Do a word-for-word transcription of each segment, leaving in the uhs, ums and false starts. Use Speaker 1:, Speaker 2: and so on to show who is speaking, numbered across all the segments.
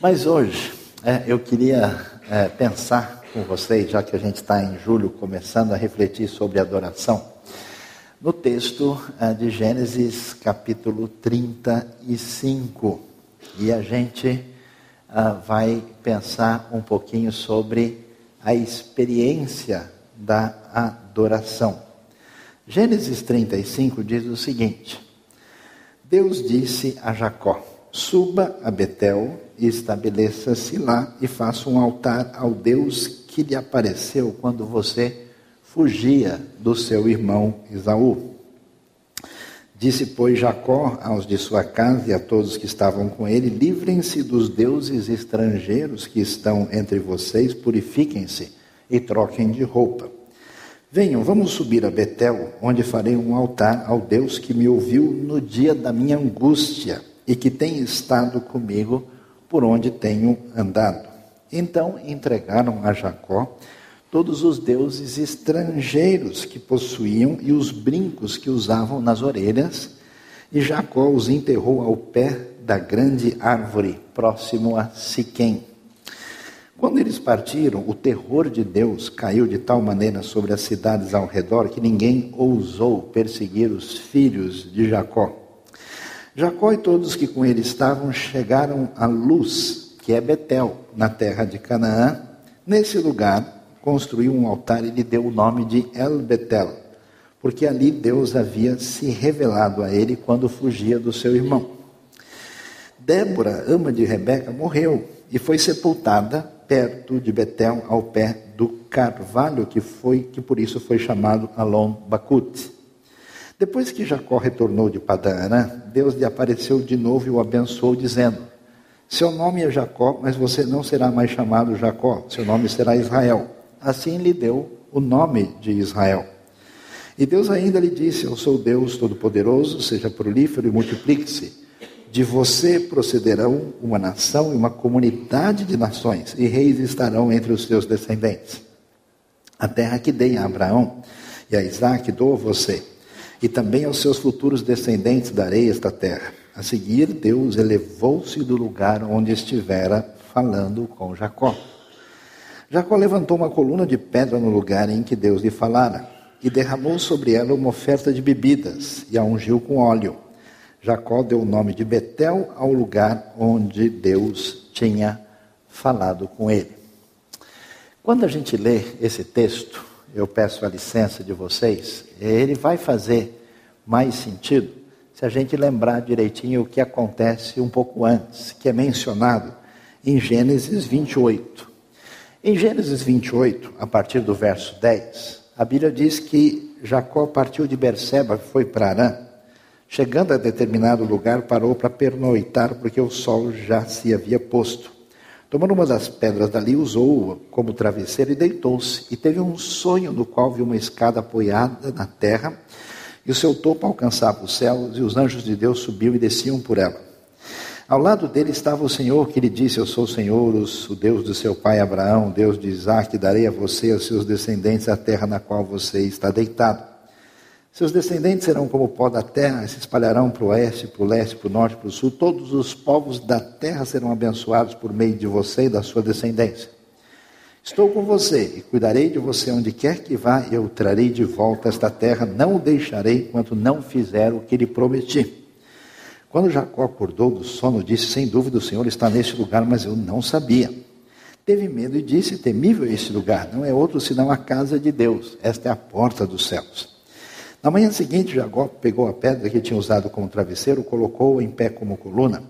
Speaker 1: Mas hoje é, eu queria é, pensar com vocês, já que a gente está em julho começando a refletir sobre adoração, no texto é, de Gênesis capítulo trinta e cinco. E a gente é, vai pensar um pouquinho sobre a experiência da adoração. Gênesis trinta e cinco diz o seguinte: Deus disse a Jacó: suba a Betel e estabeleça-se lá e faça um altar ao Deus que lhe apareceu quando você fugia do seu irmão Esaú. Disse, pois, Jacó aos de sua casa e a todos que estavam com ele: livrem-se dos deuses estrangeiros que estão entre vocês, purifiquem-se e troquem de roupa. Venham, vamos subir a Betel, onde farei um altar ao Deus que me ouviu no dia da minha angústia e que tem estado comigo por onde tenho andado. Então entregaram a Jacó todos os deuses estrangeiros que possuíam e os brincos que usavam nas orelhas, e Jacó os enterrou ao pé da grande árvore, próximo a Siquém. Quando eles partiram, o terror de Deus caiu de tal maneira sobre as cidades ao redor que ninguém ousou perseguir os filhos de Jacó. Jacó e todos que com ele estavam chegaram a Luz, que é Betel, na terra de Canaã. Nesse lugar construiu um altar e lhe deu o nome de El Betel, porque ali Deus havia se revelado a ele quando fugia do seu irmão. Débora, ama de Rebeca, morreu e foi sepultada perto de Betel, ao pé do carvalho, que, foi, que por isso foi chamado Alon Bacut. Depois que Jacó retornou de Padã-Arã, Deus lhe apareceu de novo e o abençoou, dizendo: seu nome é Jacó, mas você não será mais chamado Jacó, seu nome será Israel. Assim lhe deu o nome de Israel. E Deus ainda lhe disse: eu sou Deus Todo-Poderoso, seja prolífero e multiplique-se. De você procederão uma nação e uma comunidade de nações, e reis estarão entre os seus descendentes. A terra que dei a Abraão e a Isaque dou a você, e também aos seus futuros descendentes darei esta terra. A seguir, Deus elevou-se do lugar onde estivera falando com Jacó. Jacó levantou uma coluna de pedra no lugar em que Deus lhe falara, e derramou sobre ela uma oferta de bebidas, e a ungiu com óleo. Jacó deu o nome de Betel ao lugar onde Deus tinha falado com ele. Quando a gente lê esse texto, eu peço a licença de vocês, ele vai fazer mais sentido se a gente lembrar direitinho o que acontece um pouco antes, que é mencionado em Gênesis vinte e oito. Em Gênesis vinte e oito, a partir do verso dez, a Bíblia diz que Jacó partiu de Berseba e foi para Arã. Chegando a determinado lugar, parou para pernoitar, porque o sol já se havia posto. Tomando uma das pedras dali, usou-a como travesseiro e deitou-se. E teve um sonho no qual viu uma escada apoiada na terra, e o seu topo alcançava os céus, e os anjos de Deus subiam e desciam por ela. Ao lado dele estava o Senhor, que lhe disse: eu sou o Senhor, o Deus do seu pai Abraão, Deus de Isaque, darei a você e aos seus descendentes a terra na qual você está deitado. Seus descendentes serão como o pó da terra, se espalharão para o oeste, para o leste, para o norte, para o sul. Todos os povos da terra serão abençoados por meio de você e da sua descendência. Estou com você e cuidarei de você onde quer que vá, e eu trarei de volta esta terra, não o deixarei enquanto não fizer o que lhe prometi. Quando Jacó acordou do sono, disse: sem dúvida o Senhor está neste lugar, mas eu não sabia. Teve medo e disse: temível é este lugar, não é outro senão a casa de Deus, esta é a porta dos céus. Na manhã seguinte, Jacó pegou a pedra que tinha usado como travesseiro, colocou-a em pé como coluna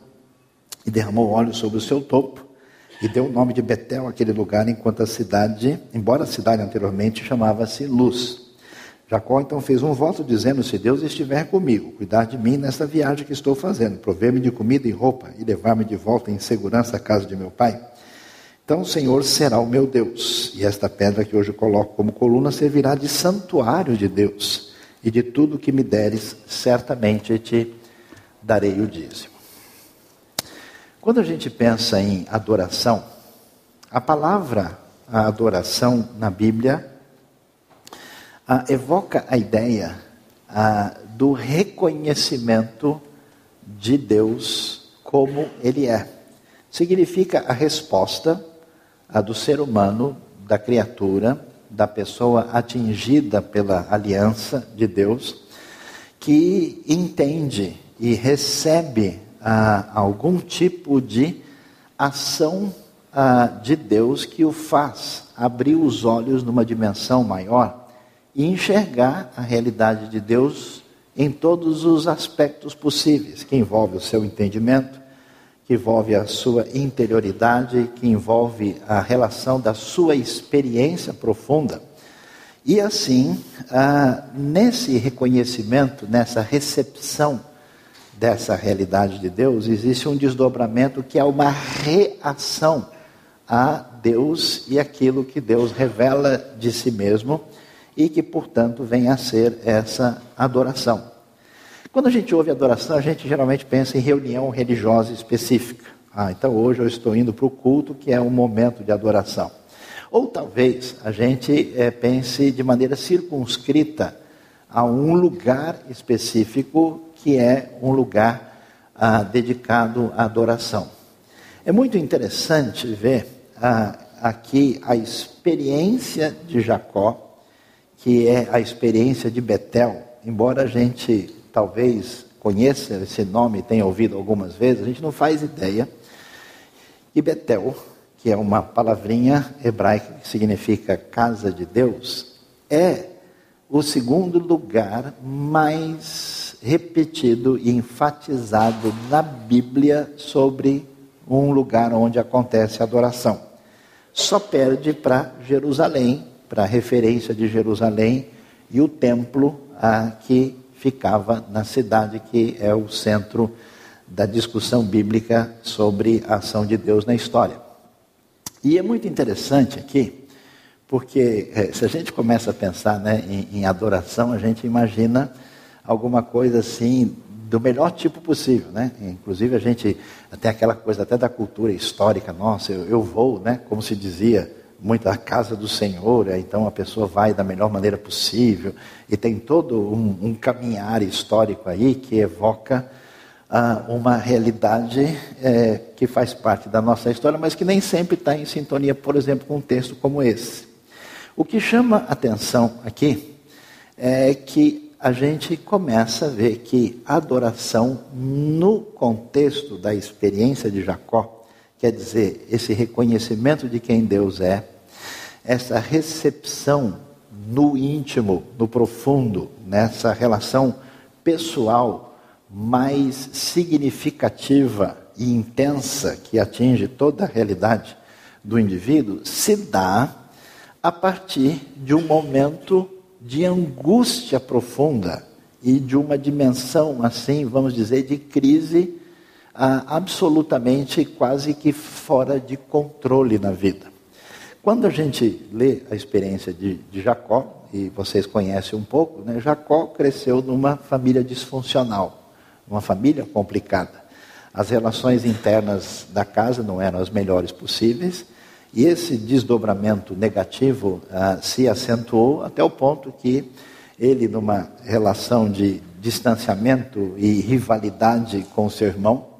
Speaker 1: e derramou óleo sobre o seu topo e deu o nome de Betel àquele lugar, enquanto a cidade, embora a cidade anteriormente chamava-se Luz. Jacó então fez um voto dizendo: se Deus estiver comigo, cuidar de mim nesta viagem que estou fazendo, prover-me de comida e roupa e levar-me de volta em segurança à casa de meu pai, então o Senhor será o meu Deus, e esta pedra que hoje coloco como coluna servirá de santuário de Deus. E de tudo que me deres, certamente te darei o dízimo. Quando a gente pensa em adoração, a palavra a adoração na Bíblia a, evoca a ideia a, do reconhecimento de Deus como Ele é. significa a resposta a do ser humano, da criatura, da pessoa atingida pela aliança de Deus, que entende e recebe ah, algum tipo de ação ah, de Deus que o faz abrir os olhos numa dimensão maior e enxergar a realidade de Deus em todos os aspectos possíveis, que envolve o seu entendimento, que envolve a sua interioridade, que envolve a relação da sua experiência profunda. E assim, ah, nesse reconhecimento, nessa recepção dessa realidade de Deus, existe um desdobramento que é uma reação a Deus e aquilo que Deus revela de si mesmo e que, portanto, vem a ser essa adoração. Quando a gente ouve adoração, a gente geralmente pensa em reunião religiosa específica. Ah, então hoje eu estou indo para o culto, que é um momento de adoração. Ou talvez a gente é, pense de maneira circunscrita a um lugar específico, que é um lugar ah, dedicado à adoração. É muito interessante ver ah, aqui a experiência de Jacó, que é a experiência de Betel. Embora a gente talvez conheça esse nome e tenha ouvido algumas vezes, a gente não faz ideia que Betel, que é uma palavrinha hebraica que significa casa de Deus, é o segundo lugar mais repetido e enfatizado na Bíblia sobre um lugar onde acontece adoração. Só perde para Jerusalém, para a referência de Jerusalém e o templo ah, que ficava na cidade, que é o centro da discussão bíblica sobre a ação de Deus na história. E é muito interessante aqui, porque é, se a gente começa a pensar, né, em, em adoração, a gente imagina alguma coisa assim, do melhor tipo possível, né? Inclusive a gente tem aquela coisa até da cultura histórica, nossa, eu, eu vou, né, como se dizia, muito à casa do Senhor, então a pessoa vai da melhor maneira possível, e tem todo um, um caminhar histórico aí que evoca ah, uma realidade é, que faz parte da nossa história, mas que nem sempre está em sintonia, por exemplo, com um texto como esse. O que chama atenção aqui é que a gente começa a ver que a adoração no contexto da experiência de Jacó, quer dizer, esse reconhecimento de quem Deus é, essa recepção no íntimo, no profundo, nessa relação pessoal mais significativa e intensa que atinge toda a realidade do indivíduo, se dá a partir de um momento de angústia profunda e de uma dimensão, assim, vamos dizer, de crise ah, absolutamente quase que fora de controle na vida. Quando a gente lê a experiência de, de Jacó, e vocês conhecem um pouco, né? Jacó cresceu numa família disfuncional, uma família complicada. As relações internas da casa não eram as melhores possíveis, e esse desdobramento negativo ah, se acentuou até o ponto que ele, numa relação de distanciamento e rivalidade com o seu irmão,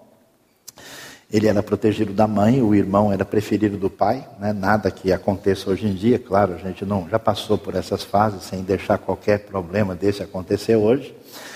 Speaker 1: ele era protegido da mãe, o irmão era preferido do pai, né? Nada que aconteça hoje em dia, claro, a gente não, já passou por essas fases sem deixar qualquer problema desse acontecer hoje.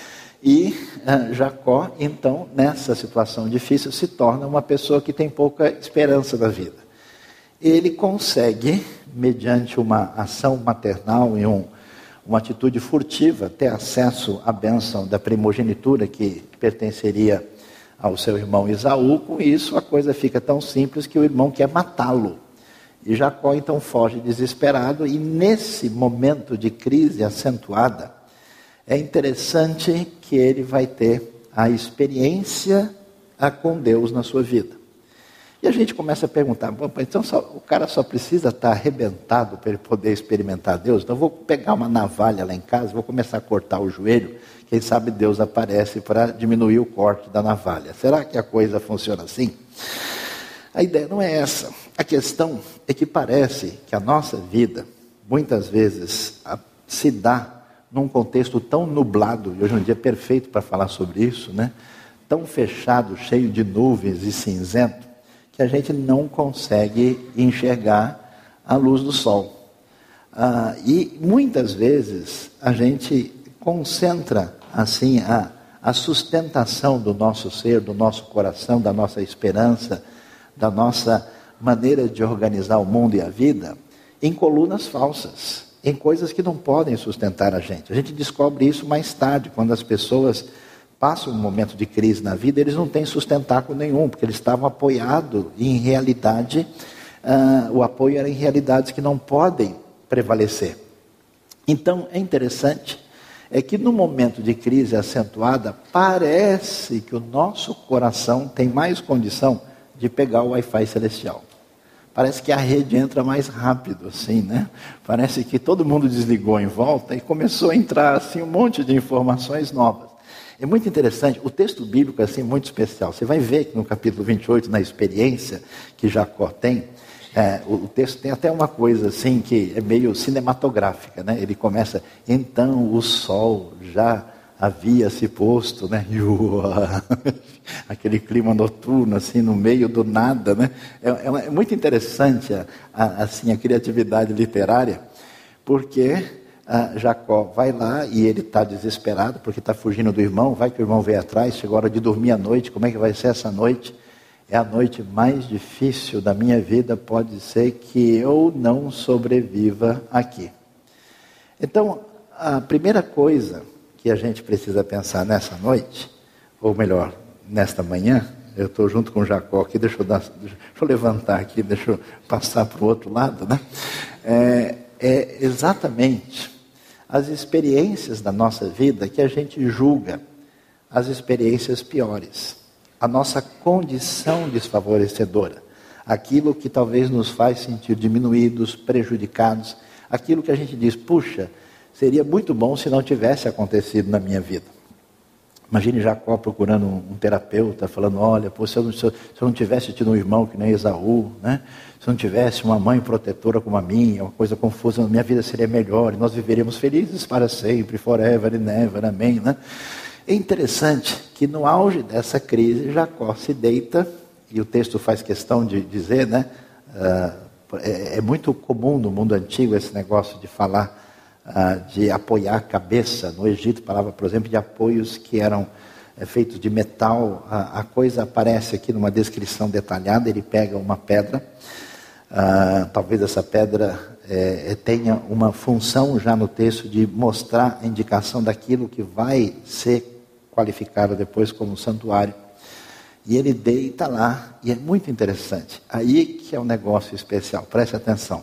Speaker 1: E ah, Jacó, então, nessa situação difícil, se torna uma pessoa que tem pouca esperança da vida. Ele consegue, mediante uma ação maternal e um, uma atitude furtiva, ter acesso à bênção da primogenitura que pertenceria ao seu irmão Esaú. Com isso, a coisa fica tão simples que o irmão quer matá-lo. E Jacó então foge desesperado, e nesse momento de crise acentuada, é interessante que ele vai ter a experiência com Deus na sua vida. E a gente começa a perguntar, bom, então só, o cara só precisa estar arrebentado para ele poder experimentar Deus? Então eu vou pegar uma navalha lá em casa, vou começar a cortar o joelho, quem sabe Deus aparece para diminuir o corte da navalha. Será que a coisa funciona assim? A ideia não é essa. A questão é que parece que a nossa vida, muitas vezes, se dá num contexto tão nublado, e hoje é um dia perfeito para falar sobre isso, né? Tão fechado, cheio de nuvens e cinzento, que a gente não consegue enxergar a luz do sol. Ah, e muitas vezes a gente concentra assim a, a sustentação do nosso ser, do nosso coração, da nossa esperança, da nossa maneira de organizar o mundo e a vida em colunas falsas, em coisas que não podem sustentar a gente. A gente descobre isso mais tarde, quando as pessoas passam um momento de crise na vida, eles não têm sustentáculo nenhum, porque eles estavam apoiados em realidade, uh, o apoio era em realidades que não podem prevalecer. Então, é interessante, é que no momento de crise acentuada, parece que o nosso coração tem mais condição de pegar o Wi-Fi celestial. Parece que a rede entra mais rápido, assim, né? Parece que todo mundo desligou em volta e começou a entrar, assim, um monte de informações novas. É muito interessante, o texto bíblico é, assim, muito especial. Você vai ver que no capítulo vinte e oito, na experiência que Jacó tem, é, o, o texto tem até uma coisa, assim, que é meio cinematográfica, né? Ele começa, então o sol já havia se posto, né? Aquele clima noturno, assim, no meio do nada, né? É, é, é muito interessante, a, a, assim, a criatividade literária, porque a Jacó vai lá e ele está desesperado, porque está fugindo do irmão, vai que o irmão veio atrás, chegou a hora de dormir à noite, como é que vai ser essa noite? É a noite mais difícil da minha vida, pode ser que eu não sobreviva aqui. Então, a primeira coisa que a gente precisa pensar nessa noite, ou melhor, nesta manhã, eu estou junto com Jacó aqui, deixa eu, dar, deixa eu levantar aqui, deixa eu passar para o outro lado, né? É, é exatamente as experiências da nossa vida que a gente julga as experiências piores, a nossa condição desfavorecedora, aquilo que talvez nos faz sentir diminuídos, prejudicados, aquilo que a gente diz, puxa, seria muito bom se não tivesse acontecido na minha vida. Imagine Jacó procurando um, um terapeuta, falando, olha, pô, se, eu, se, eu, se eu não tivesse tido um irmão que nem Esaú, né? Se eu não tivesse uma mãe protetora como a minha, uma coisa confusa, minha vida seria melhor, e nós viveríamos felizes para sempre, forever and ever, amém, né? É interessante que no auge dessa crise, Jacó se deita, e o texto faz questão de dizer, né? Uh, é, é muito comum no mundo antigo esse negócio de falar, Uh, de apoiar a cabeça. No Egito, falava, por exemplo, de apoios que eram é, feitos de metal. A, a coisa aparece aqui numa descrição detalhada. Ele pega uma pedra, uh, talvez essa pedra é, tenha uma função já no texto de mostrar a indicação daquilo que vai ser qualificado depois como santuário. E ele deita lá, e é muito interessante. Aí que é um negócio especial, preste atenção.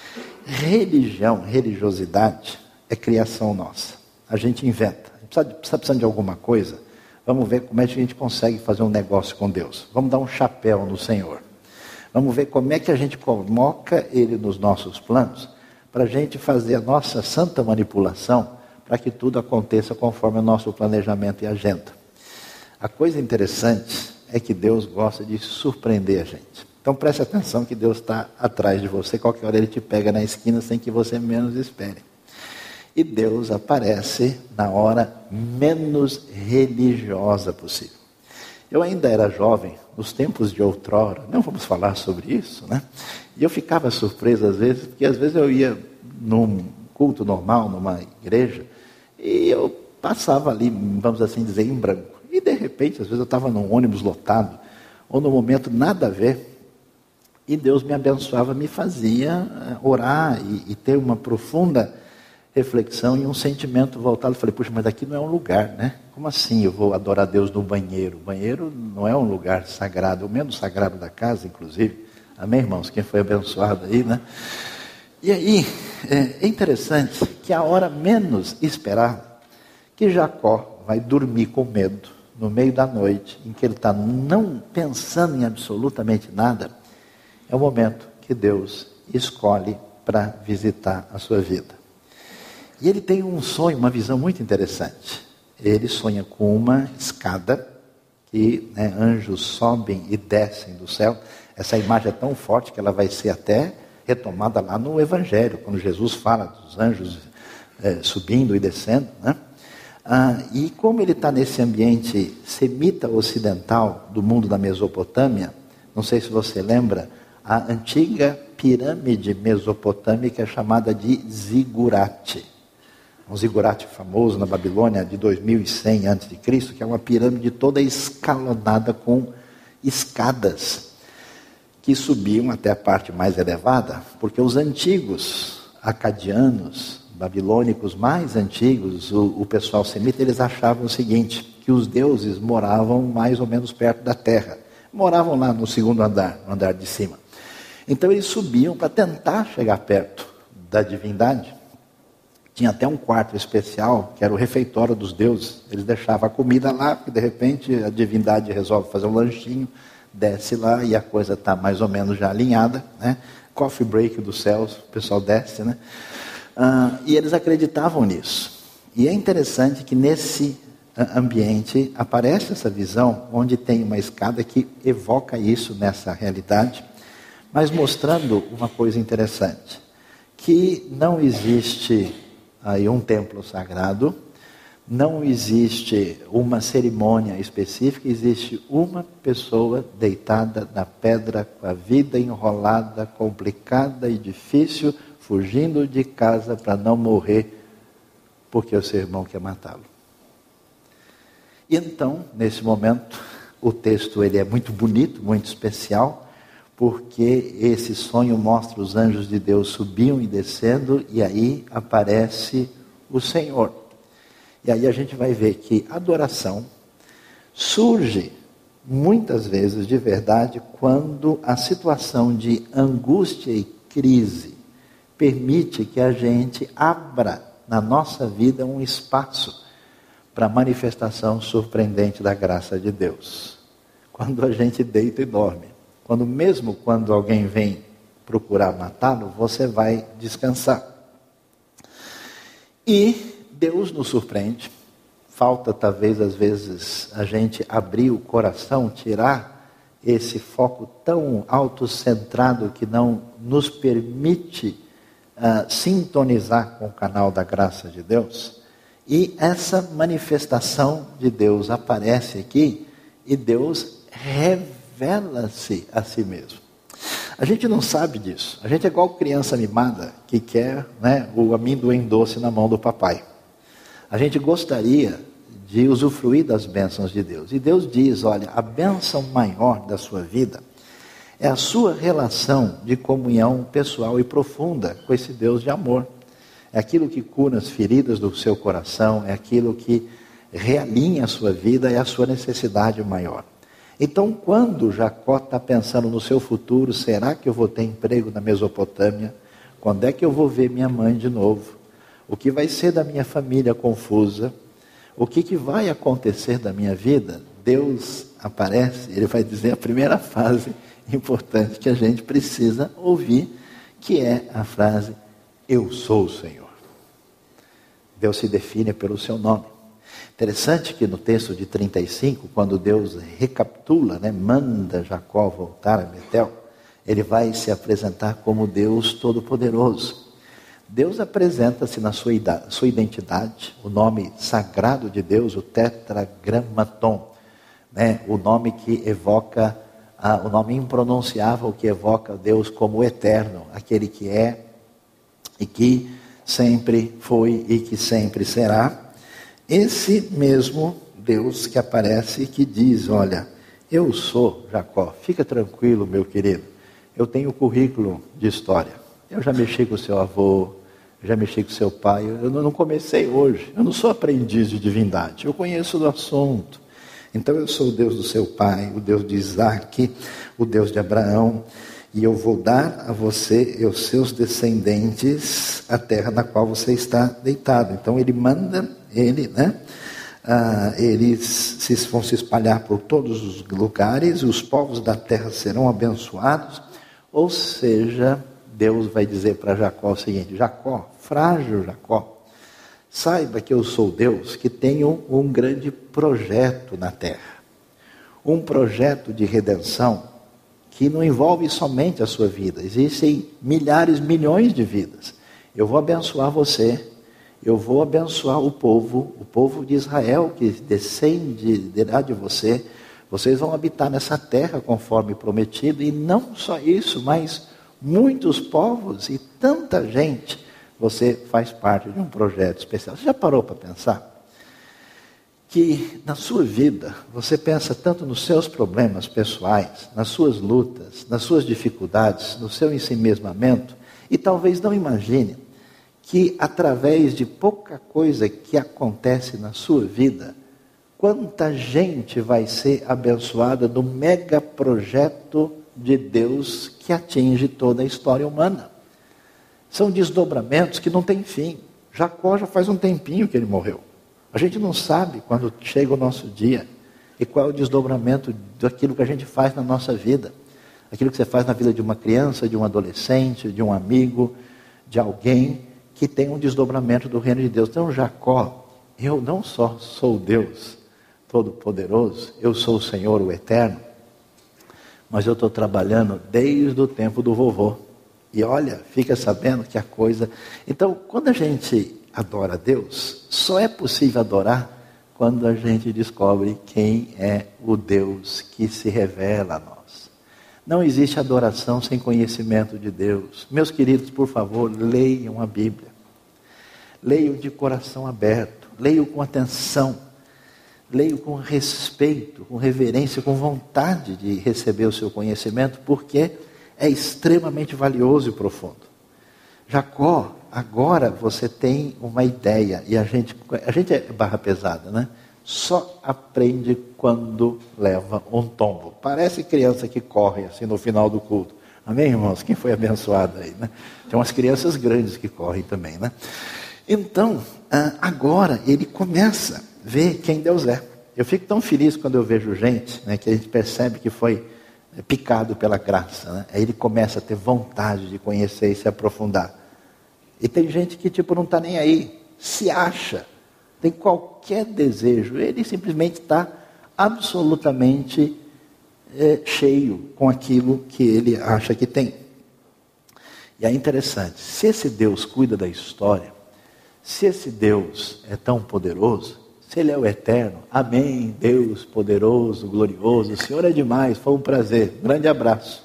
Speaker 1: Religião, religiosidade é criação nossa. A gente inventa. A gente precisa, precisa precisando de alguma coisa. Vamos ver como é que a gente consegue fazer um negócio com Deus. Vamos dar um chapéu no Senhor. Vamos ver como é que a gente coloca Ele nos nossos planos para a gente fazer a nossa santa manipulação para que tudo aconteça conforme o nosso planejamento e agenda. A coisa interessante é que Deus gosta de surpreender a gente. Então preste atenção que Deus está atrás de você, qualquer hora Ele te pega na esquina sem que você menos espere. E Deus aparece na hora menos religiosa possível. Eu ainda era jovem, nos tempos de outrora, não vamos falar sobre isso, né? E eu ficava surpreso às vezes, porque às vezes eu ia num culto normal, numa igreja, e eu passava ali, vamos assim dizer, em branco. E de repente, às vezes eu estava num ônibus lotado, ou num momento nada a ver, e Deus me abençoava, me fazia orar e, e ter uma profunda reflexão e um sentimento voltado. Eu falei, puxa, mas aqui não é um lugar, né? Como assim eu vou adorar Deus no banheiro? O banheiro não é um lugar sagrado, o menos sagrado da casa, inclusive. Amém, irmãos? Quem foi abençoado aí, né? E aí, é interessante que a hora menos esperada, que Jacó vai dormir com medo, no meio da noite, em que ele está não pensando em absolutamente nada, é o momento que Deus escolhe para visitar a sua vida. E ele tem um sonho, uma visão muito interessante. Ele sonha com uma escada, que né, anjos sobem e descem do céu. Essa imagem é tão forte que ela vai ser até retomada lá no Evangelho, quando Jesus fala dos anjos é, subindo e descendo, né? Ah, e como ele está nesse ambiente semita ocidental do mundo da Mesopotâmia, não sei se você lembra, a antiga pirâmide mesopotâmica chamada de zigurate. Um zigurate famoso na Babilônia de dois mil e cem antes de Cristo, que é uma pirâmide toda escalonada com escadas que subiam até a parte mais elevada, porque os antigos acadianos, babilônicos mais antigos, o, o pessoal semita, eles achavam o seguinte, que os deuses moravam mais ou menos perto da terra. Moravam lá no segundo andar, no andar de cima. Então eles subiam para tentar chegar perto da divindade. Tinha até um quarto especial, que era o refeitório dos deuses. Eles deixavam a comida lá, porque de repente a divindade resolve fazer um lanchinho, desce lá e a coisa está mais ou menos já alinhada, né? Coffee break dos céus, o pessoal desce, né? Ah, e eles acreditavam nisso. E é interessante que nesse ambiente aparece essa visão, onde tem uma escada que evoca isso nessa realidade, mas mostrando uma coisa interessante, que não existe aí um templo sagrado, não existe uma cerimônia específica, existe uma pessoa deitada na pedra, com a vida enrolada, complicada e difícil, fugindo de casa para não morrer, porque o seu irmão quer matá-lo. E então, nesse momento, o texto ele é muito bonito, muito especial, porque esse sonho mostra os anjos de Deus subiam e descendo, e aí aparece o Senhor. E aí a gente vai ver que a adoração surge muitas vezes de verdade quando a situação de angústia e crise permite que a gente abra na nossa vida um espaço para a manifestação surpreendente da graça de Deus. Quando a gente deita e dorme, quando mesmo quando alguém vem procurar matá-lo, você vai descansar. E Deus nos surpreende. Falta talvez às vezes a gente abrir o coração, tirar esse foco tão autocentrado que não nos permite uh, sintonizar com o canal da graça de Deus. E essa manifestação de Deus aparece aqui e Deus revela-se a si mesmo. A gente não sabe disso. A gente é igual criança mimada que quer, né, o amendoim doce na mão do papai. A gente gostaria de usufruir das bênçãos de Deus. E Deus diz, olha, a bênção maior da sua vida é a sua relação de comunhão pessoal e profunda com esse Deus de amor. É aquilo que cura as feridas do seu coração, é aquilo que realinha a sua vida, é a sua necessidade maior. Então, quando Jacó está pensando no seu futuro, será que eu vou ter emprego na Mesopotâmia? Quando é que eu vou ver minha mãe de novo? O que vai ser da minha família confusa? O que, que vai acontecer da minha vida? Deus aparece, ele vai dizer a primeira frase importante que a gente precisa ouvir, que é a frase, eu sou o Senhor. Deus se define pelo seu nome. Interessante que no texto de trinta e cinco, quando Deus recapitula, né, manda Jacó voltar a Betel, ele vai se apresentar como Deus Todo-Poderoso. Deus apresenta-se na sua, sua identidade, o nome sagrado de Deus, o tetragramaton, né, o nome que evoca, ah, o nome impronunciável que evoca Deus como eterno, aquele que é e que sempre foi e que sempre será. Esse mesmo Deus que aparece e que diz, olha, eu sou Jacó, fica tranquilo, meu querido, eu tenho currículo de história, eu já mexi com o seu avô, já mexi com o seu pai, eu não comecei hoje, eu não sou aprendiz de divindade, eu conheço do assunto. Então eu sou o Deus do seu pai, o Deus de Isaac, o Deus de Abraão, e eu vou dar a você e aos seus descendentes a terra na qual você está deitado. Então ele manda, ele, né? Ah, eles se, vão se espalhar por todos os lugares, e os povos da terra serão abençoados. Ou seja, Deus vai dizer para Jacó o seguinte, Jacó, frágil Jacó, saiba que eu sou Deus que tenho um grande projeto na terra. Um projeto de redenção que não envolve somente a sua vida. Existem milhares, milhões de vidas. Eu vou abençoar você, eu vou abençoar o povo, o povo de Israel que descenderá de você, Vocês vão habitar nessa terra conforme prometido, e não só isso, mas muitos povos e tanta gente. Você faz parte de um projeto especial. Você já parou para pensar? Que na sua vida, você pensa tanto nos seus problemas pessoais, nas suas lutas, nas suas dificuldades, no seu ensimesmamento, e talvez não imagine que através de pouca coisa que acontece na sua vida, quanta gente vai ser abençoada no mega projeto de Deus que atinge toda a história humana. São desdobramentos que não têm fim. Jacó já faz um tempinho que ele morreu. A gente não sabe quando chega o nosso dia e qual é o desdobramento daquilo que a gente faz na nossa vida. Aquilo que você faz na vida de uma criança, de um adolescente, de um amigo, de alguém que tem um desdobramento do reino de Deus. Então, Jacó, eu não só sou Deus Todo-Poderoso, eu sou o Senhor, o Eterno, mas eu estou trabalhando desde o tempo do vovô. E olha, fica sabendo que a coisa... Então, quando a gente adora a Deus, só é possível adorar quando a gente descobre quem é o Deus que se revela a nós. Não existe adoração sem conhecimento de Deus. Meus queridos, por favor, leiam a Bíblia. Leiam de coração aberto, leiam com atenção, leiam com respeito, com reverência, com vontade de receber o seu conhecimento, porque é extremamente valioso e profundo. Jacó, agora você tem uma ideia, e a gente, a gente é barra pesada, né? Só aprende quando leva um tombo. Parece criança que corre assim no final do culto. Amém, irmãos? Quem foi abençoado aí, né? Tem umas crianças grandes que correm também, né? Então, agora ele começa a ver quem Deus é. Eu fico tão feliz quando eu vejo gente, né, que a gente percebe que foi picado pela graça, né? Aí ele começa a ter vontade de conhecer e se aprofundar. E tem gente que tipo não está nem aí, se acha, tem qualquer desejo, ele simplesmente está absolutamente é, cheio com aquilo que ele acha que tem. E é interessante, se esse Deus cuida da história, se esse Deus é tão poderoso, se Ele é o eterno, amém, Deus poderoso, glorioso, o Senhor é demais, foi um prazer, grande abraço.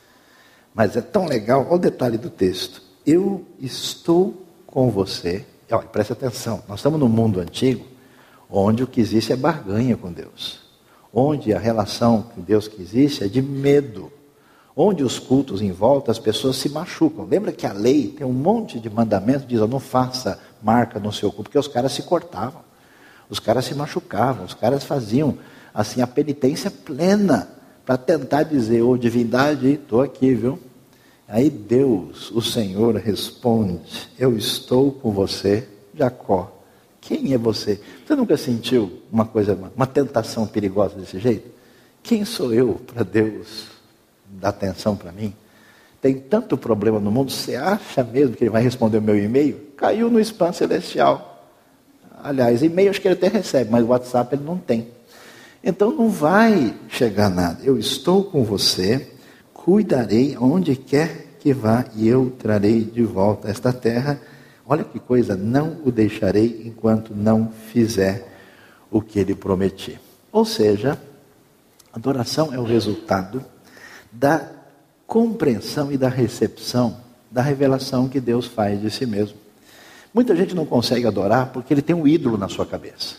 Speaker 1: Mas é tão legal, olha o detalhe do texto, eu estou com você, olha, presta atenção, nós estamos no mundo antigo, onde o que existe é barganha com Deus, onde a relação com Deus que existe é de medo, onde os cultos em volta as pessoas se machucam. Lembra que a lei tem um monte de mandamentos, diz, não faça marca no seu corpo, porque os caras se cortavam. Os caras se machucavam, os caras faziam assim a penitência plena para tentar dizer, ô divindade, estou aqui, viu? Aí Deus, o Senhor, responde, eu estou com você, Jacó. Quem é você? Você nunca sentiu uma coisa, uma tentação perigosa desse jeito? Quem sou eu para Deus dar atenção para mim? Tem tanto problema no mundo, você acha mesmo que Ele vai responder o meu e-mail? Caiu no spam celestial. Aliás, e-mail acho que ele até recebe, mas o WhatsApp ele não tem. Então não vai chegar nada. Eu estou com você, cuidarei onde quer que vá e eu trarei de volta esta terra. Olha que coisa, não o deixarei enquanto não fizer o que ele prometi. Ou seja, adoração é o resultado da compreensão e da recepção da revelação que Deus faz de si mesmo. Muita gente não consegue adorar porque ele tem um ídolo na sua cabeça.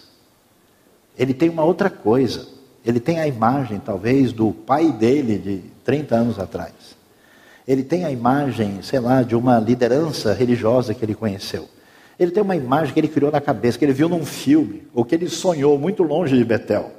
Speaker 1: Ele tem uma outra coisa. Ele tem a imagem, talvez, do pai dele de trinta anos atrás. Ele tem a imagem, sei lá, de uma liderança religiosa que ele conheceu. Ele tem uma imagem que ele criou na cabeça, que ele viu num filme, ou que ele sonhou muito longe de Betel.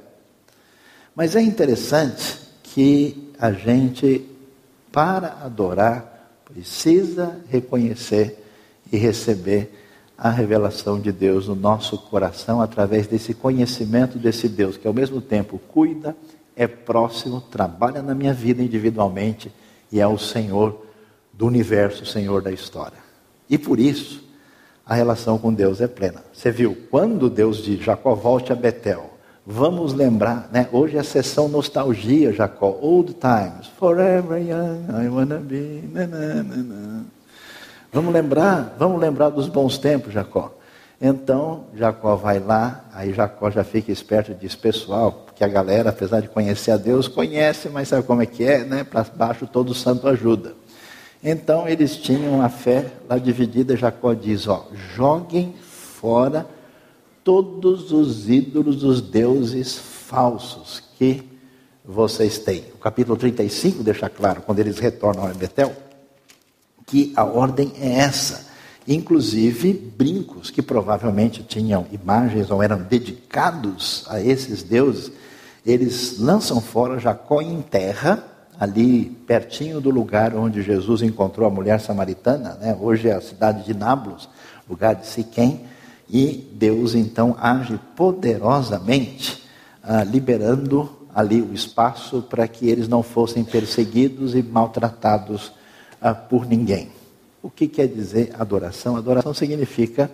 Speaker 1: Mas é interessante que a gente, para adorar, precisa reconhecer e receber a revelação de Deus no nosso coração através desse conhecimento desse Deus que ao mesmo tempo cuida, é próximo, trabalha na minha vida individualmente e é o Senhor do universo, o Senhor da história. E por isso a relação com Deus é plena. Você viu, quando Deus diz, Jacó, volte a Betel, vamos lembrar, né? Hoje é a sessão nostalgia, Jacó, old times, forever young, I wanna be, na, na, na, na. Vamos lembrar, vamos lembrar dos bons tempos, Jacó. Então Jacó vai lá, aí Jacó já fica esperto e diz, pessoal, porque a galera, apesar de conhecer a Deus, conhece, mas sabe como é que é, né? Para baixo todo santo ajuda. Então eles tinham a fé lá dividida, Jacó diz, ó, joguem fora todos os ídolos dos deuses falsos que vocês têm. O capítulo trinta e cinco deixa claro, quando eles retornam a Betel, que a ordem é essa. Inclusive brincos que provavelmente tinham imagens ou eram dedicados a esses deuses, eles lançam fora, Jacó enterra, ali pertinho do lugar onde Jesus encontrou a mulher samaritana, né? Hoje é a cidade de Nablus, lugar de Siquém, e Deus então age poderosamente, ah, liberando ali o espaço para que eles não fossem perseguidos e maltratados ah, por ninguém. O que quer dizer adoração? Adoração significa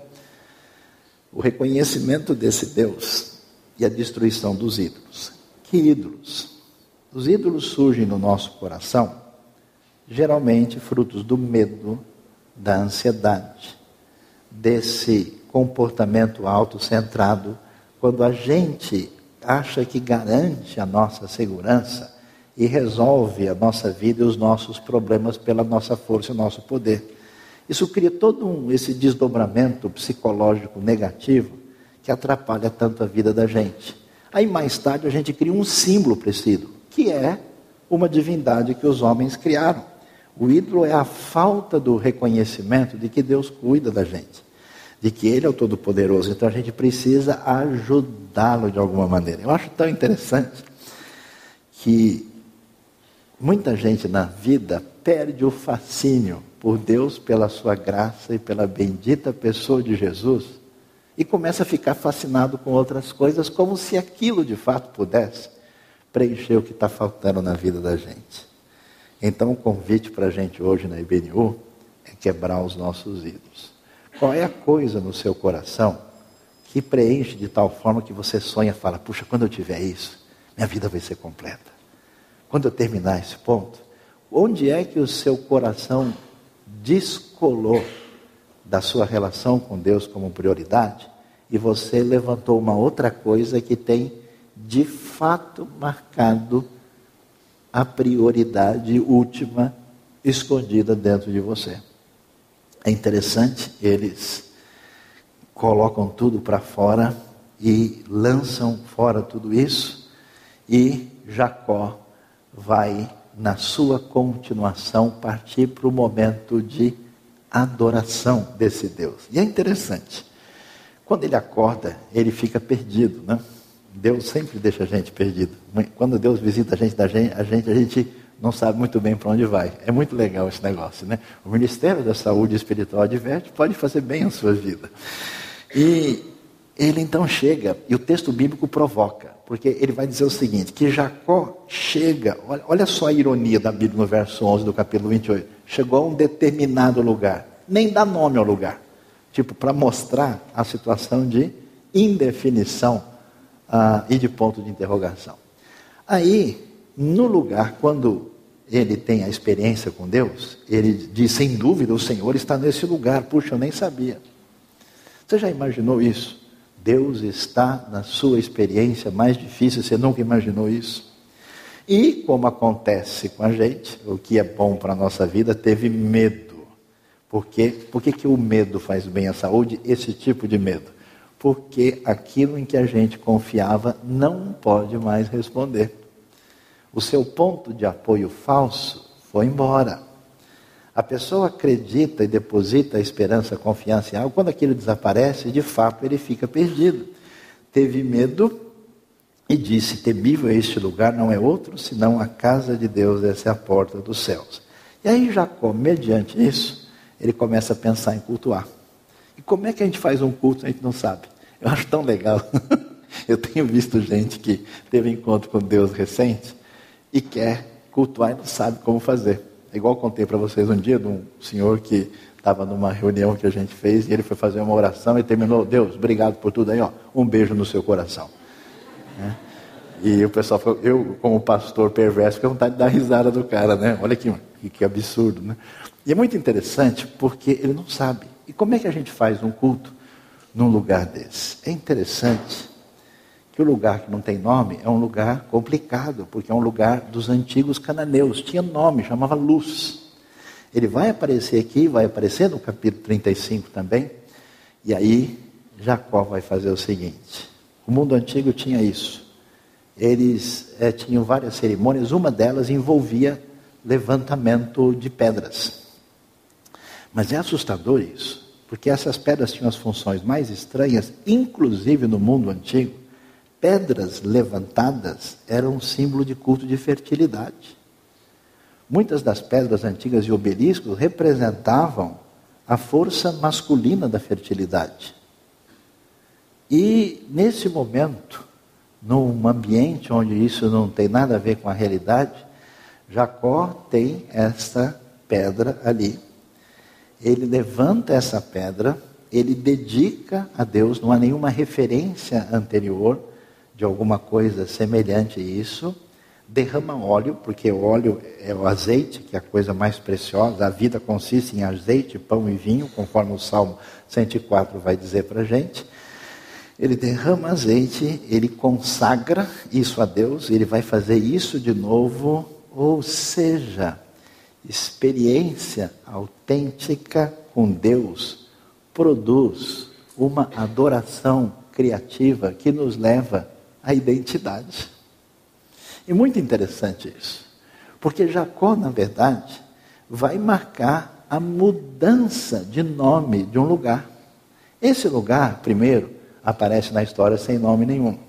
Speaker 1: o reconhecimento desse Deus e a destruição dos ídolos. Que ídolos? Os ídolos surgem no nosso coração, geralmente frutos do medo, da ansiedade, desse comportamento autocentrado, quando a gente acha que garante a nossa segurança e resolve a nossa vida e os nossos problemas pela nossa força e nosso poder. Isso cria todo um, esse desdobramento psicológico negativo que atrapalha tanto a vida da gente. Aí mais tarde a gente cria um símbolo para esse ídolo, que é uma divindade que os homens criaram. O ídolo é a falta do reconhecimento de que Deus cuida da gente, de que Ele é o Todo-Poderoso. Então a gente precisa ajudá-lo de alguma maneira. Eu acho tão interessante que muita gente na vida perde o fascínio por Deus, pela sua graça e pela bendita pessoa de Jesus, e começa a ficar fascinado com outras coisas, como se aquilo de fato pudesse preencher o que está faltando na vida da gente. Então o convite para a gente hoje na I B N U é quebrar os nossos ídolos. Qual é a coisa no seu coração que preenche de tal forma que você sonha e fala, puxa, quando eu tiver isso, minha vida vai ser completa. Quando eu terminar esse ponto, onde é que o seu coração descolou da sua relação com Deus como prioridade e você levantou uma outra coisa que tem de fato marcado a prioridade última escondida dentro de você? É interessante, eles colocam tudo para fora e lançam fora tudo isso, e Jacó vai, na sua continuação, partir para o momento de adoração desse Deus. E é interessante, quando ele acorda, ele fica perdido, né? Deus sempre deixa a gente perdido. Quando Deus visita a gente, a gente, a gente, a gente não sabe muito bem para onde vai. É muito legal esse negócio, né? O Ministério da Saúde Espiritual adverte, pode fazer bem a sua vida. E ele então chega, e o texto bíblico provoca, porque ele vai dizer o seguinte, que Jacó chega, olha, olha só a ironia da Bíblia no verso onze do capítulo vinte e oito, chegou a um determinado lugar, nem dá nome ao lugar, tipo, para mostrar a situação de indefinição ah, e de ponto de interrogação. Aí, no lugar, quando ele tem a experiência com Deus, ele diz, sem dúvida, o Senhor está nesse lugar, puxa, eu nem sabia. Você já imaginou isso? Deus está na sua experiência mais difícil, você nunca imaginou isso? E, como acontece com a gente, o que é bom para a nossa vida, teve medo. Por quê? Por que que o medo faz bem à saúde? Esse tipo de medo. Porque aquilo em que a gente confiava não pode mais responder. O seu ponto de apoio falso foi embora. A pessoa acredita e deposita a esperança, a confiança em algo, quando aquilo desaparece, de fato ele fica perdido. Teve medo e disse, temível este lugar não é outro, senão a casa de Deus, essa é a porta dos céus. E aí Jacó, mediante isso, ele começa a pensar em cultuar. E como é que a gente faz um culto, a gente não sabe. Eu acho tão legal. Eu tenho visto gente que teve encontro com Deus recente e quer cultuar e não sabe como fazer. É igual eu contei para vocês um dia de um senhor que estava numa reunião que a gente fez e ele foi fazer uma oração e terminou, Deus, obrigado por tudo aí, ó, um beijo no seu coração. Né? E o pessoal falou, eu como pastor perverso, fiquei com vontade de dar risada do cara, né? Olha que, que absurdo, né? E é muito interessante porque ele não sabe. E como é que a gente faz um culto num lugar desse? É interessante que o lugar que não tem nome é um lugar complicado, porque é um lugar dos antigos cananeus, tinha nome, chamava Luz. Ele vai aparecer aqui, vai aparecer no capítulo trinta e cinco também, e aí Jacó vai fazer o seguinte: o mundo antigo tinha isso, eles é, tinham várias cerimônias, uma delas envolvia levantamento de pedras. Mas é assustador isso, porque essas pedras tinham as funções mais estranhas, inclusive no mundo antigo. Pedras levantadas eram um símbolo de culto de fertilidade. Muitas das pedras antigas e obeliscos representavam a força masculina da fertilidade. E nesse momento, num ambiente onde isso não tem nada a ver com a realidade, Jacó tem essa pedra ali. Ele levanta essa pedra, ele dedica a Deus, não há nenhuma referência anterior de alguma coisa semelhante a isso, derrama óleo, porque o óleo é o azeite, que é a coisa mais preciosa, a vida consiste em azeite, pão e vinho, conforme o Salmo cento e quatro vai dizer para a gente. Ele derrama azeite, ele consagra isso a Deus, ele vai fazer isso de novo, ou seja, experiência autêntica com Deus produz uma adoração criativa que nos leva à identidade. E muito interessante isso, porque Jacó, na verdade, vai marcar a mudança de nome de um lugar. Esse lugar, primeiro, aparece na história sem nome nenhum.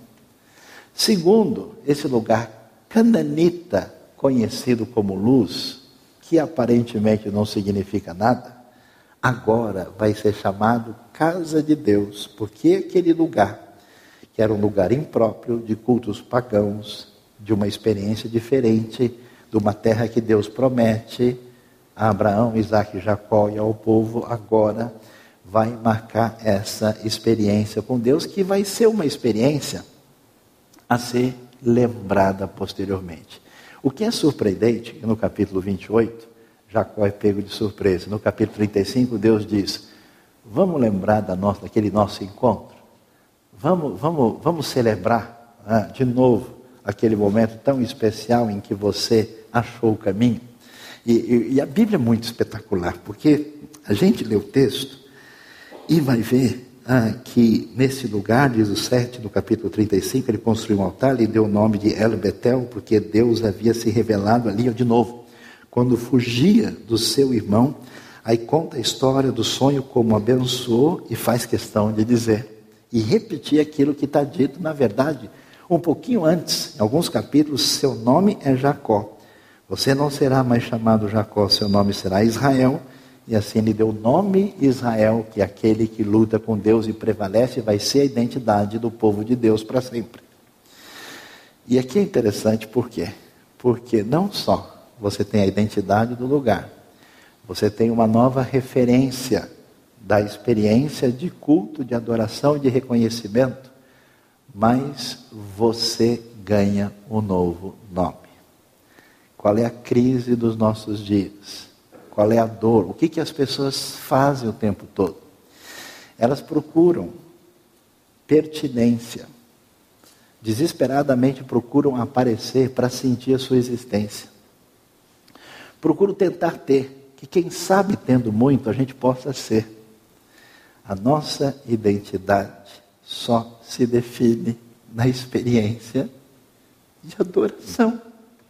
Speaker 1: Segundo, esse lugar cananita, conhecido como Luz, que aparentemente não significa nada, agora vai ser chamado Casa de Deus, porque aquele lugar, que era um lugar impróprio de cultos pagãos, de uma experiência diferente, de uma terra que Deus promete a Abraão, Isaque, Jacó e ao povo, agora vai marcar essa experiência com Deus, que vai ser uma experiência a ser lembrada posteriormente. O que é surpreendente, que no capítulo vinte e oito, Jacó é pego de surpresa. No capítulo trinta e cinco, Deus diz: vamos lembrar da nossa, daquele nosso encontro? Vamos, vamos, vamos celebrar ah, de novo aquele momento tão especial em que você achou o caminho? E, e, e a Bíblia é muito espetacular, porque a gente lê o texto e vai ver ah, que nesse lugar, diz o sete do capítulo trinta e cinco, ele construiu um altar, lhe deu o nome de El Betel, porque Deus havia se revelado ali de novo, quando fugia do seu irmão. Aí conta a história do sonho, como abençoou, e faz questão de dizer e repetir aquilo que está dito, na verdade, um pouquinho antes, em alguns capítulos: seu nome é Jacó, você não será mais chamado Jacó, seu nome será Israel. E assim ele deu o nome Israel, que é aquele que luta com Deus e prevalece, vai ser a identidade do povo de Deus para sempre. E aqui é interessante por quê? Porque não só você tem a identidade do lugar, você tem uma nova referência da experiência de culto, de adoração e de reconhecimento, mas você ganha um novo nome. Qual é a crise dos nossos dias? Qual é a dor? O que, que as pessoas fazem o tempo todo? Elas procuram pertinência. Desesperadamente procuram aparecer para sentir a sua existência. Procuram tentar ter, que quem sabe tendo muito a gente possa ser. A nossa identidade só se define na experiência de adoração.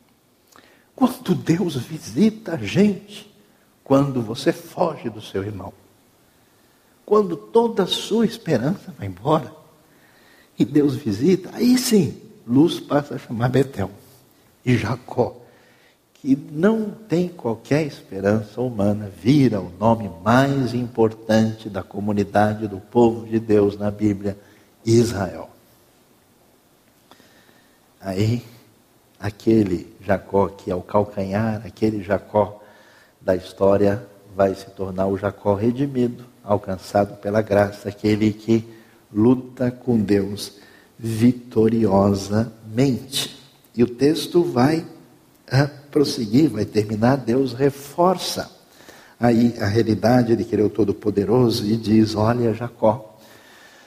Speaker 1: Quando Deus visita a gente, quando você foge do seu irmão, quando toda a sua esperança vai embora, e Deus visita, aí sim, Luz passa a chamar Betel. E Jacó, que não tem qualquer esperança humana, vira o nome mais importante da comunidade do povo de Deus na Bíblia, Israel. Aí, aquele Jacó que é o calcanhar, aquele Jacó da história, vai se tornar o Jacó redimido, alcançado pela graça, aquele que luta com Deus vitoriosamente. E o texto vai a prosseguir, vai terminar. Deus reforça aí a realidade de que Ele é o Todo-Poderoso e diz: olha, Jacó,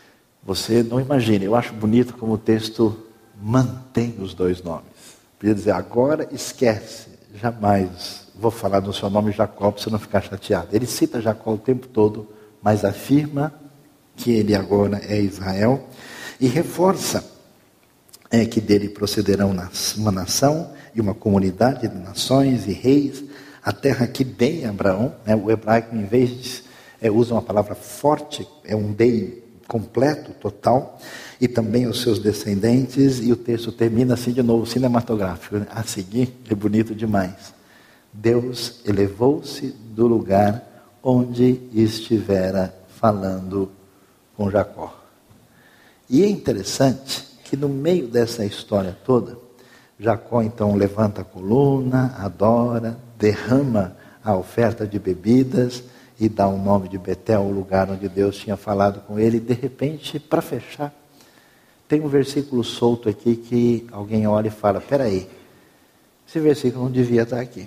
Speaker 1: Você não imagina, eu acho bonito como o texto mantém os dois nomes. Podia dizer, agora esquece, jamais vou falar do seu nome Jacó para você não ficar chateado. Ele cita Jacó o tempo todo, mas afirma que ele agora é Israel e reforça é, que dele procederão uma nação e uma comunidade de nações e reis, a terra que dei a Abraão, né? O hebraico, em vez de é, usa uma palavra forte, é um dei completo, total, e também os seus descendentes, e o texto termina assim de novo, cinematográfico, né? A seguir, é bonito demais. Deus elevou-se do lugar onde estivera falando com Jacó. E é interessante que no meio dessa história toda, Jacó então levanta a coluna, adora, derrama a oferta de bebidas e dá o nome de Betel, o lugar onde Deus tinha falado com ele. E de repente, para fechar, tem um versículo solto aqui que alguém olha e fala, peraí, esse versículo não devia estar aqui.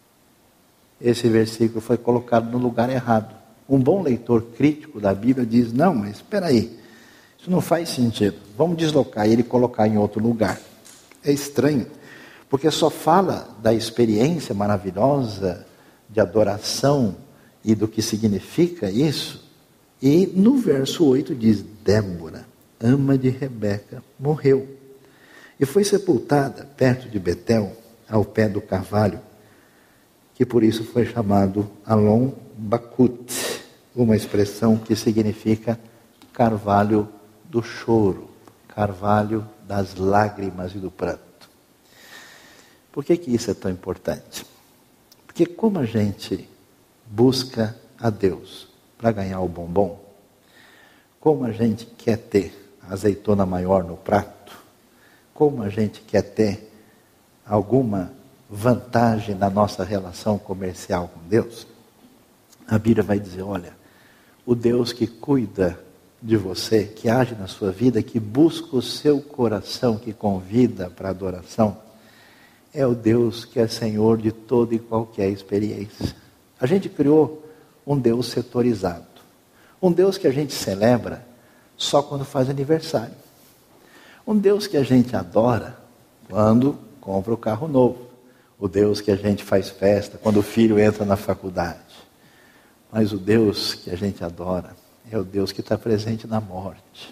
Speaker 1: Esse versículo foi colocado no lugar errado. Um bom leitor crítico da Bíblia diz, não, mas espera aí, isso não faz sentido. Vamos deslocar ele e colocar em outro lugar. É estranho, porque só fala da experiência maravilhosa de adoração e do que significa isso. E no verso oito diz, Débora, ama de Rebeca, morreu. E foi sepultada perto de Betel, ao pé do carvalho, que por isso foi chamado Alon Bakut, uma expressão que significa carvalho do choro, carvalho das lágrimas e do pranto. Por que que isso é tão importante? Porque como a gente busca a Deus para ganhar o bombom, como a gente quer ter a azeitona maior no prato, como a gente quer ter alguma vantagem na nossa relação comercial com Deus, a Bíblia vai dizer, olha, o Deus que cuida de você, que age na sua vida, que busca o seu coração, que convida para a adoração, é o Deus que é Senhor de toda e qualquer experiência. A gente criou um Deus setorizado, um Deus que a gente celebra só quando faz aniversário, um Deus que a gente adora quando compra o carro novo, o Deus que a gente faz festa quando o filho entra na faculdade. Mas o Deus que a gente adora é o Deus que está presente na morte.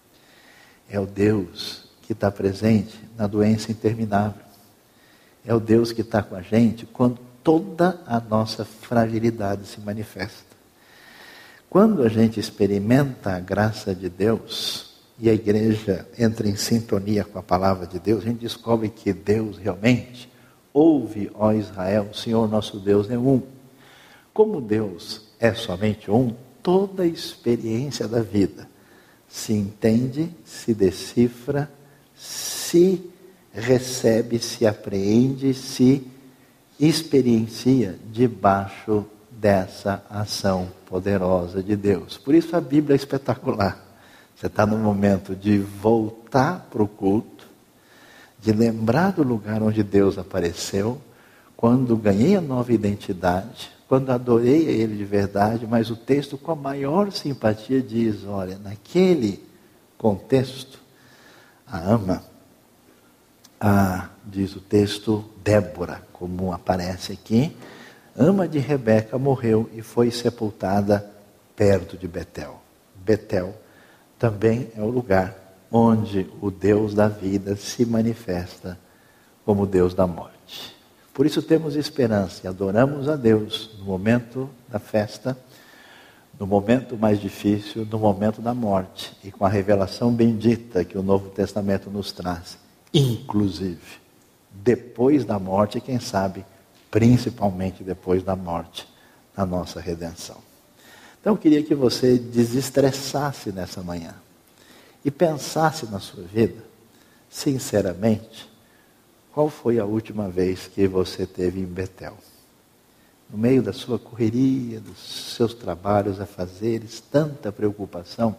Speaker 1: É o Deus que está presente na doença interminável. É o Deus que está com a gente quando toda a nossa fragilidade se manifesta. Quando a gente experimenta a graça de Deus e a igreja entra em sintonia com a palavra de Deus, a gente descobre que Deus realmente ouve, ó Israel, o Senhor nosso Deus é um. Como Deus é somente um, toda a experiência da vida se entende, se decifra, se recebe, se apreende, se experiencia debaixo dessa ação poderosa de Deus. Por isso a Bíblia é espetacular. Você está no momento de voltar para o culto, de lembrar do lugar onde Deus apareceu, quando ganhei a nova identidade, quando adorei a Ele de verdade, mas o texto com a maior simpatia diz, olha, naquele contexto, a ama, a, diz o texto, Débora, como aparece aqui, ama de Rebeca morreu e foi sepultada perto de Betel. Betel também é o lugar onde o Deus da vida se manifesta como Deus da morte. Por isso temos esperança e adoramos a Deus no momento da festa, no momento mais difícil, no momento da morte, e com a revelação bendita que o Novo Testamento nos traz, inclusive depois da morte, e quem sabe, principalmente depois da morte, na nossa redenção. Então eu queria que você desestressasse nessa manhã e pensasse na sua vida, sinceramente, qual foi a última vez que você esteve em Betel? No meio da sua correria, dos seus trabalhos a fazeres, tanta preocupação.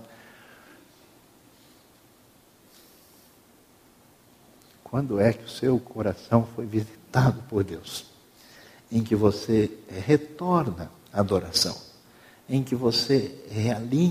Speaker 1: Quando é que o seu coração foi visitado por Deus? Em que você retorna à adoração, em que você realinha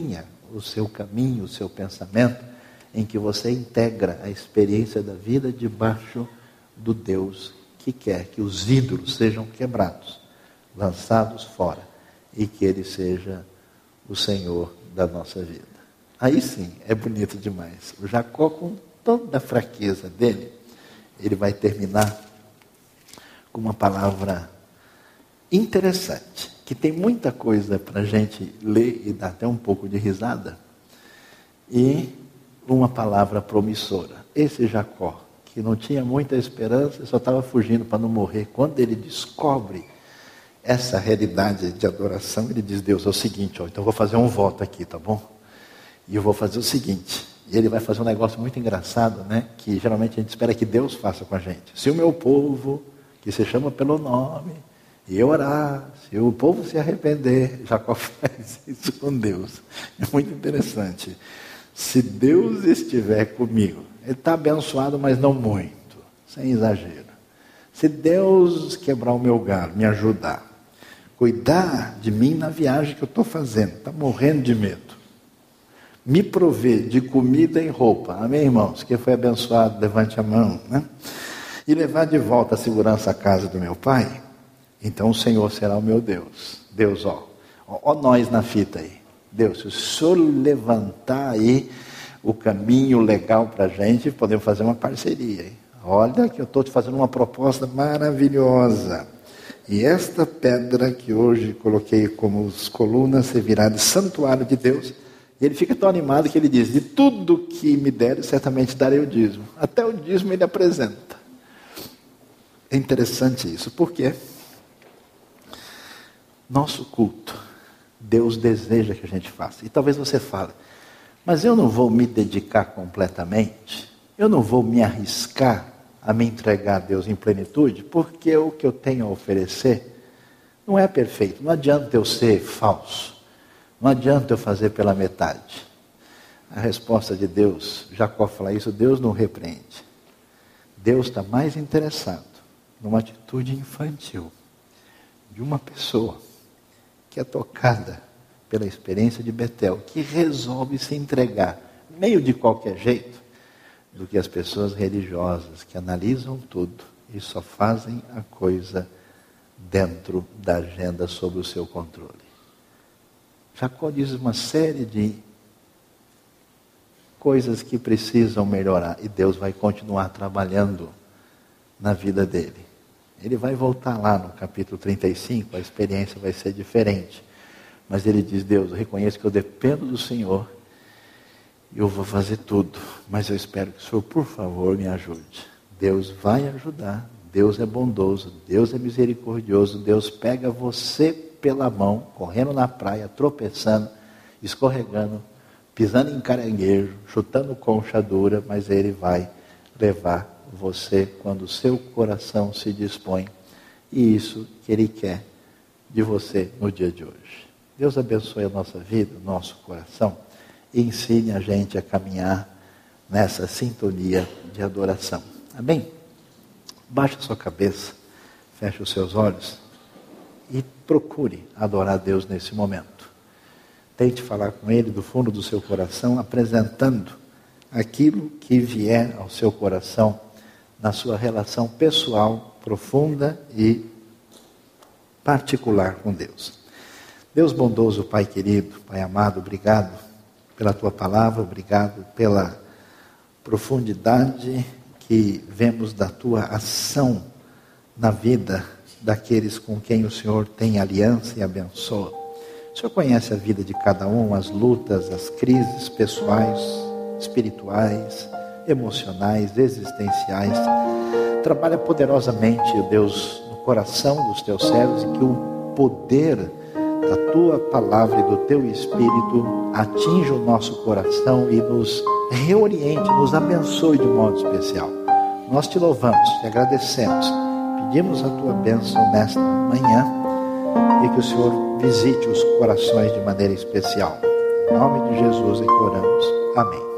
Speaker 1: o seu caminho, o seu pensamento, em que você integra a experiência da vida debaixo do Deus que quer que os ídolos sejam quebrados, lançados fora, e que Ele seja o Senhor da nossa vida. Aí sim, é bonito demais. O Jacó, com toda a fraqueza dele, ele vai terminar com uma palavra interessante, que tem muita coisa para a gente ler e dar até um pouco de risada, e uma palavra promissora. Esse Jacó, que não tinha muita esperança, só estava fugindo para não morrer, quando ele descobre essa realidade de adoração, ele diz: Deus, é o seguinte, ó, então eu vou fazer um voto aqui, tá bom? E eu vou fazer o seguinte, e ele vai fazer um negócio muito engraçado, né? Que geralmente a gente espera que Deus faça com a gente. Se o meu povo, que se chama pelo nome, e eu orar, se o povo se arrepender, Jacó faz isso com Deus. É muito interessante. Se Deus estiver comigo, ele está abençoado, mas não muito, sem exagero. Se Deus quebrar o meu galho, me ajudar, cuidar de mim na viagem que eu estou fazendo, está morrendo de medo, me prover de comida e roupa, amém, irmãos? Quem foi abençoado, levante a mão, né? E levar de volta a segurança à casa do meu pai, então o Senhor será o meu Deus. Deus, ó, ó, ó nós na fita aí. Deus, se o Senhor levantar aí o caminho legal para a gente, podemos fazer uma parceria, hein? Olha que eu estou te fazendo uma proposta maravilhosa. E esta pedra que hoje coloquei como colunas servirá de santuário de Deus. E ele fica tão animado que ele diz: de tudo que me der, certamente darei o dízimo. Até o dízimo ele apresenta. É interessante isso, porque nosso culto, Deus deseja que a gente faça. E talvez você fale: mas eu não vou me dedicar completamente, eu não vou me arriscar a me entregar a Deus em plenitude, porque o que eu tenho a oferecer não é perfeito. Não adianta eu ser falso, não adianta eu fazer pela metade. A resposta de Deus, Jacó fala isso, Deus não repreende. Deus está mais interessado numa atitude infantil de uma pessoa que é tocada pela experiência de Betel, que resolve se entregar, meio de qualquer jeito, do que as pessoas religiosas que analisam tudo e só fazem a coisa dentro da agenda sob o seu controle. Jacó diz uma série de coisas que precisam melhorar e Deus vai continuar trabalhando na vida dele. Ele vai voltar lá no capítulo trinta e cinco, a experiência vai ser diferente. Mas ele diz: Deus, eu reconheço que eu dependo do Senhor, eu vou fazer tudo, mas eu espero que o Senhor, por favor, me ajude. Deus vai ajudar, Deus é bondoso, Deus é misericordioso, Deus pega você pela mão, correndo na praia, tropeçando, escorregando, pisando em caranguejo, chutando concha dura, mas Ele vai levar você quando o seu coração se dispõe, e isso que Ele quer de você no dia de hoje. Deus abençoe a nossa vida, o nosso coração, e ensine a gente a caminhar nessa sintonia de adoração. Amém? Baixe a sua cabeça, feche os seus olhos e procure adorar a Deus nesse momento. Tente falar com Ele do fundo do seu coração, apresentando aquilo que vier ao seu coração na sua relação pessoal, profunda e particular com Deus. Deus bondoso, Pai querido, Pai amado, obrigado pela Tua palavra, obrigado pela profundidade que vemos da Tua ação na vida daqueles com quem o Senhor tem aliança e abençoa. O Senhor conhece a vida de cada um, as lutas, as crises pessoais, espirituais, emocionais, existenciais. Trabalha poderosamente, Deus, no coração dos Teus servos, e que o poder da Tua palavra e do Teu Espírito atinja o nosso coração e nos reoriente, nos abençoe de modo especial. Nós Te louvamos, Te agradecemos, pedimos a Tua bênção nesta manhã e que o Senhor visite os corações de maneira especial. Em nome de Jesus é que oramos. Amém.